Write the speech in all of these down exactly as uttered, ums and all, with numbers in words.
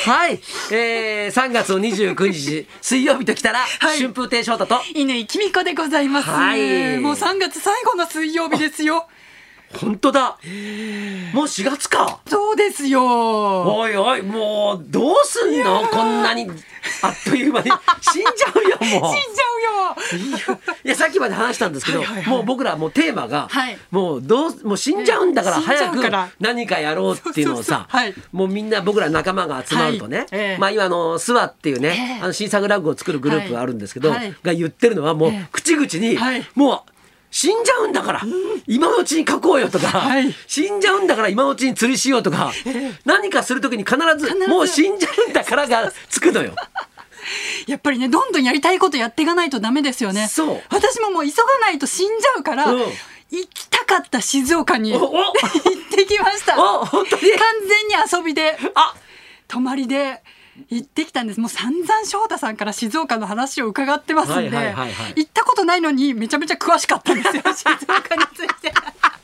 はい、えー、さんがつのにじゅうくにち水曜日ときたら、はい、春風亭昇太と乾きみこでございます、はい、もうさんがつ最後の水曜日ですよ。 本当だ、もうしがつか。 そうですよ。 おいおい、もうどうすんの、こんなにあっという間に死んじゃうよもう。 死んじゃうよ。 いや、いやさっきまで話したんですけど、 はいはいはい、 もう僕らもうテーマが、はい、もうどうもう死んじゃうんだから早く何かやろうっていうのをさ、もうみんな僕ら仲間が集まるとね、はい、えー、まあ今あのスワっていうね、えー、あの新作落語を作るグループがあるんですけど、はい、が言ってるのはもう口々に、はい、もう死んじゃうんだから、うん、今のうちに書こうよとか、はい、死んじゃうんだから今のうちに釣りしようとか、えー、何かするときに必ずもう死んじゃうんだからがつくのよ。 やっぱりね、どんどんやりたいことやっていかないとダメですよね。そう、私ももう急がないと死んじゃうから、うん、行きたかった静岡に行ってきました。 お本当に完全に遊びで、あ、泊まりで行ってきたんです。もう散々翔太さんから静岡の話を伺ってますんで、はいはいはいはい、行ったことないのにめちゃめちゃ詳しかったんですよ静岡について。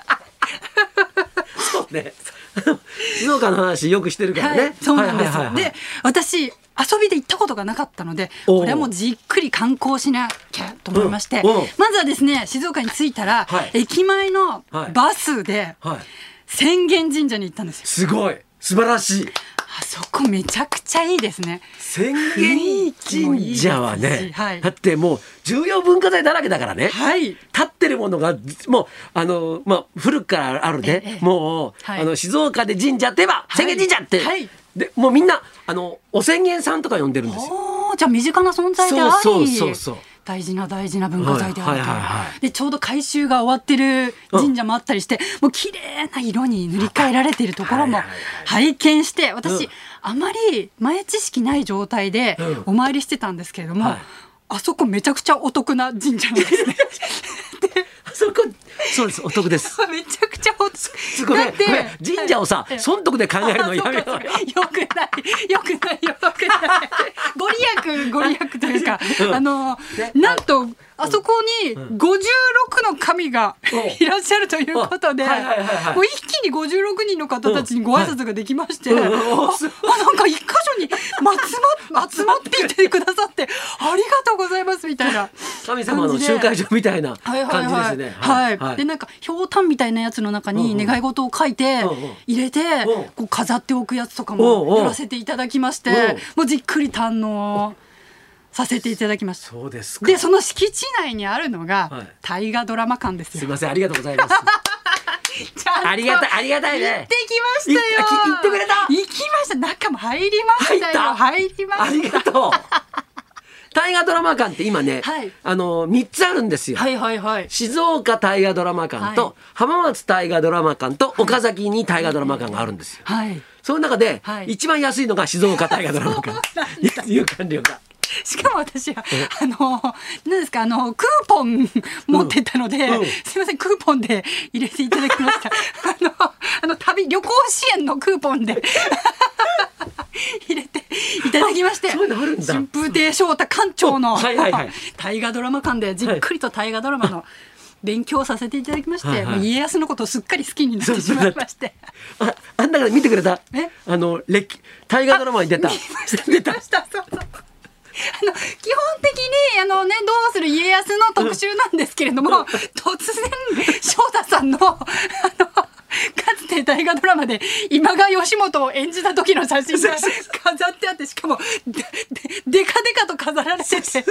そうね、静岡の話よくしてるからね、はい、 そうなんです、はいはいはいはい、で私遊びで行ったことがなかったので、これはもうじっくり観光しなきゃと思いまして、まずはですね、静岡に着いたら、はい、駅前のバスで浅間神社に行ったんですよ。 すごい、素晴らしい。 あそこめちゃくちゃいいですね。 浅間神社はね、はい、だってもう重要文化財だらけだからね、はい、立ってるものがもうあの、まあ、古くからあるね、ええ、もう、はい、あの静岡で神社って言えば浅間神社って、はい、でもうみんなあのお浅間さんとか呼んでるんですよ。 じゃあ身近な存在であり、 そうそうそうそう、 大事な大事な文化財であると、はいはいはいはい、でちょうど改修が終わってる神社もあったりして、もう綺麗な色に塗り替えられているところも拝見して、私、うん、あまり前知識ない状態でお参りしてたんですけれども、うん、はい、あそこめちゃくちゃお得な神社なんですね。であそこそうです、お得です。 めちゃくちゃお得。 ごめん、ごめん、神社をさ、はい、損得で考えるのやめようよ。 よくない、よくないよくないご利益ご利益というか、うん、あの、ね、なんとあそこにごじゅうろくの神がいらっしゃるということで、もう一気にごじゅうろくにんの方たちにご挨拶ができまして、うん、はい、あ、あ、なんか一箇所に集ま集まっていてくださってありがとうございますみたいな、 神様の集会所みたいな感じですね。 はい、はい、でなんかひょうたんみたいなやつの中に願い事を書いて入れてこう飾っておくやつとかもやらせていただきまして、もうじっくり堪能させていただきました。 そうですか。 でその敷地内にあるのが、はい、大河ドラマ館ですよ。 すいません、ありがとうございます。ありがたい、ありがたいね。 行ってきましたよ。 行ってくれた。 行きました。中も入りましたよ。入りました。 ありがとう。大河ドラマ館って今ね、はい、あのみっつあるんですよ。はいはいはい、静岡大河ドラマ館と、はい、浜松大河ドラマ館と岡崎に大河ドラマ館があるんですよ。はい、その中で、はい、一番安いのが静岡大河ドラマ館。入館料が。 しかも私はあの何ですか、あのクーポン持ってったので、うんうん、すいません、クーポンで入れていただきました。あのあの旅旅行支援のクーポンで入れていただきまして、 そういうのあるんだ。 春風亭昇太館長の、はいはいはい、大河ドラマ館でじっくりと大河ドラマの勉強させていただきまして、はいはい、もう家康のことをすっかり好きになってしまいまして。 あ、あんなから見てくれた？あの歴大河ドラマに出た。 見ました見ました。そうそう。あの基本的にあの、ね、どうする家康の特集なんですけれども、うん、突然翔太さんの、あのかつて大河ドラマで今川義元を演じた時の写真が飾ってあって、しかも で, で, でかでかと飾られてて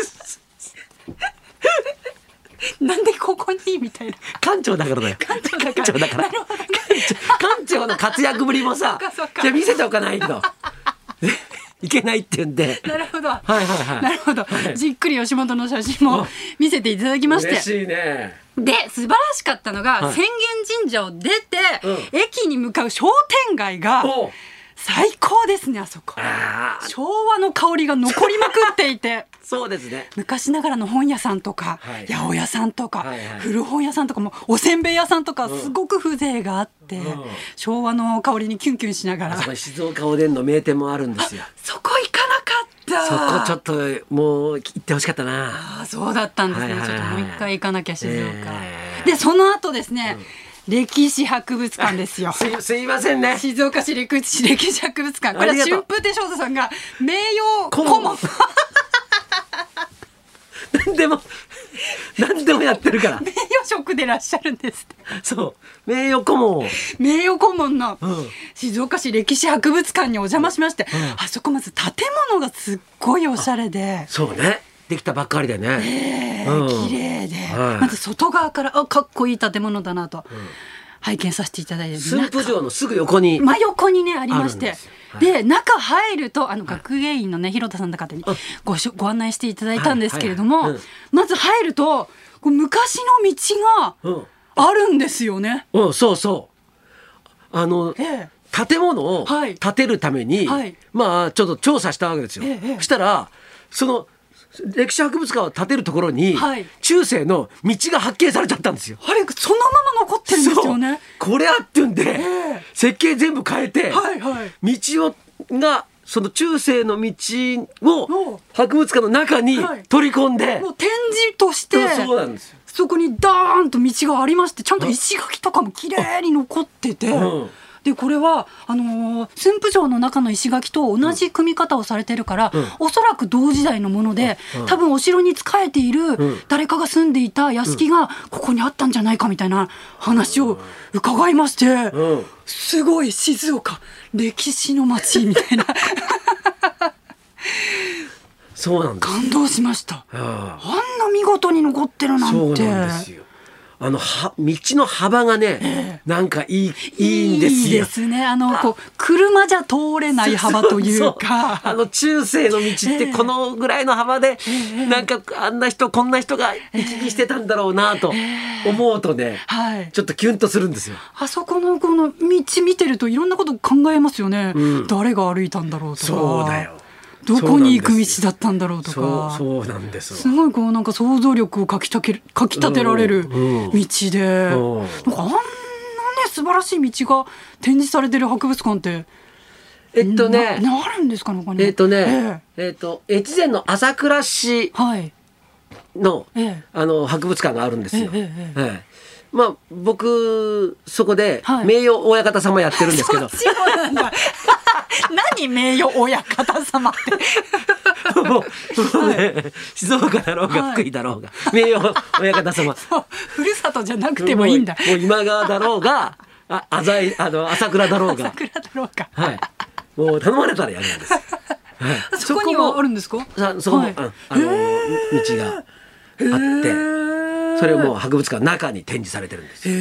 なんでここにみたいな。 館長だからだよ。 館長だから。 館長だから。館長の活躍ぶりもさ、じゃあ見せておかないといけないって言うんで。 なるほど。 はいはいはい。 なるほど。はい、じっくり吉本の写真も見せていただきまして。 嬉しいね。 で素晴らしかったのが、はい、浅間神社を出て、うん、駅に向かう商店街が最高ですね。あそこ昭和の香りが残りまくっていてそうですね、 昔ながらの本屋さんとか、はい、八百屋さんとか、はいはい、古本屋さんとかもおせんべい屋さんとか、うん、すごく風情があって、うん、昭和の香りにキュンキュンしながら。 あそこ静岡おでんの名店もあるんですよ。 そこ行かなかった。 そこちょっともう行ってほしかったな。 あ、そうだったんですね、はいはいはい、ちょっともう一回行かなきゃ静岡、えー、でその後ですね、うん、 歴史博物館ですよ。 す, すいませんね。 静岡市歴史歴史博物館。これは春風亭昇太さんが名誉顧問。 何でも何でもやってるから。 名誉職でいらっしゃるんですって。 そう名誉顧問。 名誉顧問の静岡市歴史博物館にお邪魔しまして、うん、あそこまず建物がすっごいおしゃれで。 そうね。できたばっかりでね。 えーうん、綺麗で、はい、まず外側からあかっこいい建物だなと。うん、拝見させていただいて、 駿府城のすぐ横に真横にねありまして、はい、で中入るとあの学芸員のね、はい、広田さんの方に ご, ご案内していただいたんですけれども、はいはいはい、うん、まず入るとこう昔の道があるんですよね。 うんうん、そうそうあの、ええ、建物を建てるために、はい、まあちょっと調査したわけですよ。ええ、そしたらその歴史博物館を建てるところに、はい、中世の道が発見されちゃったんですよ。 あれそのまま残ってるんですよね。 これあってんで、えー、設計全部変えて、はいはい、道をがその中世の道を博物館の中に取り込んで、はい、 もう展示としてそうなんですよ。 そこにダーンと道がありまして、ちゃんと石垣とかも綺麗に残ってて、うん、でこれはあのー、駿府城の中の石垣と同じ組み方をされてるから、うん、おそらく同時代のもので、うん、多分お城に仕えている誰かが住んでいた屋敷がここにあったんじゃないかみたいな話を伺いまして、うん、すごい静岡歴史の街みたいなそうなんです。 感動しました。あんな見事に残ってるなんて。 そうなんですよ。あのは道の幅がね、えー、なんかいいいいんですよ。 いいですね。あのこう車じゃ通れない幅というか、そうそうあの中世の道ってこのぐらいの幅で、えー、なんかあんな人こんな人が行き来してたんだろうなと思うとね、えーはい、ちょっとキュンとするんですよ。 あそこのこの道見てるといろんなこと考えますよね。うん、誰が歩いたんだろうとか。 そうだよ。 どこに行く道だったんだろうとか。 そう、そうなんです。 すごいこうなんか想像力をかきたける、かきたてられる道で、うんうん、なんかあんなね素晴らしい道が展示されてる博物館ってえっとねな、なるんですかね。 えっとね、えー、えっと越前の朝倉市の、はい、あの博物館があるんですよ。えーえーえーまあ、僕そこで名誉親方様やってるんですけど、はい、 そうなんだ何名誉親方様ってもう、もうね、はい、静岡だろうが福井だろうが、はい、名誉親方様ふるさとじゃなくてもいいんだ。 もう今川だろうがあ浅いあの朝倉だろうが朝倉だろうか、 はい、もう頼まれたらやるんです、はい、 そこにはあるんですか。 そこも、はい、ああの道があってそれをもう博物館の中に展示されてるんですよ。へ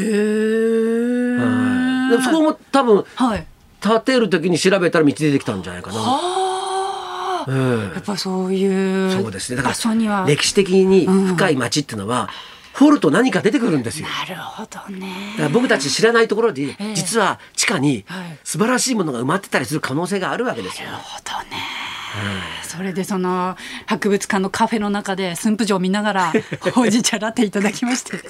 ー、はい、そこも多分、はい、建てる時に調べたら道出てきたんじゃないかな。はー、うん、やっぱそういうそうですね。だから歴史的に深い町っていうのは、うん、掘ると何か出てくるんですよ。 なるほどね。 だから僕たち知らないところで、えー、実は地下に素晴らしいものが埋まってたりする可能性があるわけですよ。 なるほどね。うん、それでその博物館のカフェの中で駿府城を見ながらほうじ茶ラテいただきまして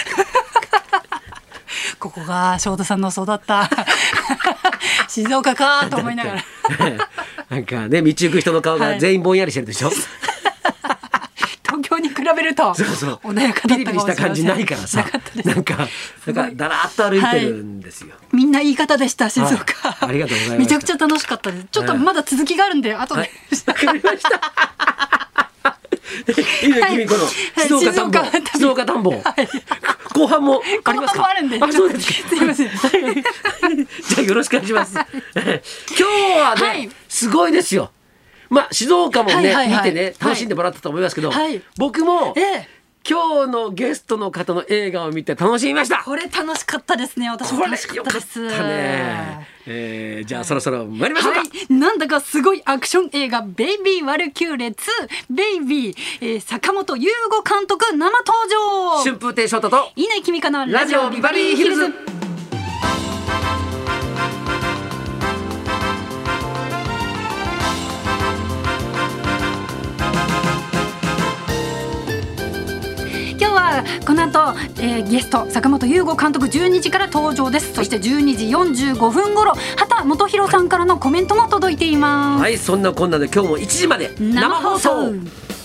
ここが翔太さんの育った静岡かと思いながらなんかね道行く人の顔が全員ぼんやりしてるでしょ、はい、 東京に比べると穏やかだったかもしれません。 ピリピリした感じないからさ、な, なんかなんかだらっと歩いてるんですよ、はい、 みんないい方でした静岡、 はい、ありがとうございます。 めちゃくちゃ楽しかったです。ちょっとまだ続きがあるんで、はい、後で、はい、 わかりましたいいね、君この静岡田んぼ、静岡田んぼ、はい、後半もありますか。 後半もあるんで、 あ、そうですか。 すいませんじゃあよろしくお願いします今日はね、はい、すごいですよ。まあ静岡もね、はいはいはい、見てね楽しんでもらったと思いますけど、はい、僕も、ええ、今日のゲストの方の映画を見て楽しみました。 これ楽しかったですね。私も楽しかったです。 これよかったね、えー、じゃあそろそろ参りましょうか、はい、 なんだかすごいアクション映画ベイビーワルキューレツーベイビー、えー、坂本優吾監督生登場。 春風亭昇太と稲井君香のラジオビバリーヒルズ。この後、えー、ゲスト坂本優吾監督じゅうにじから登場です。そしてじゅうにじよんじゅうごふん頃畑基博さんからのコメントも届いています。 はい、そんなこんなで今日もいちじまで生放送。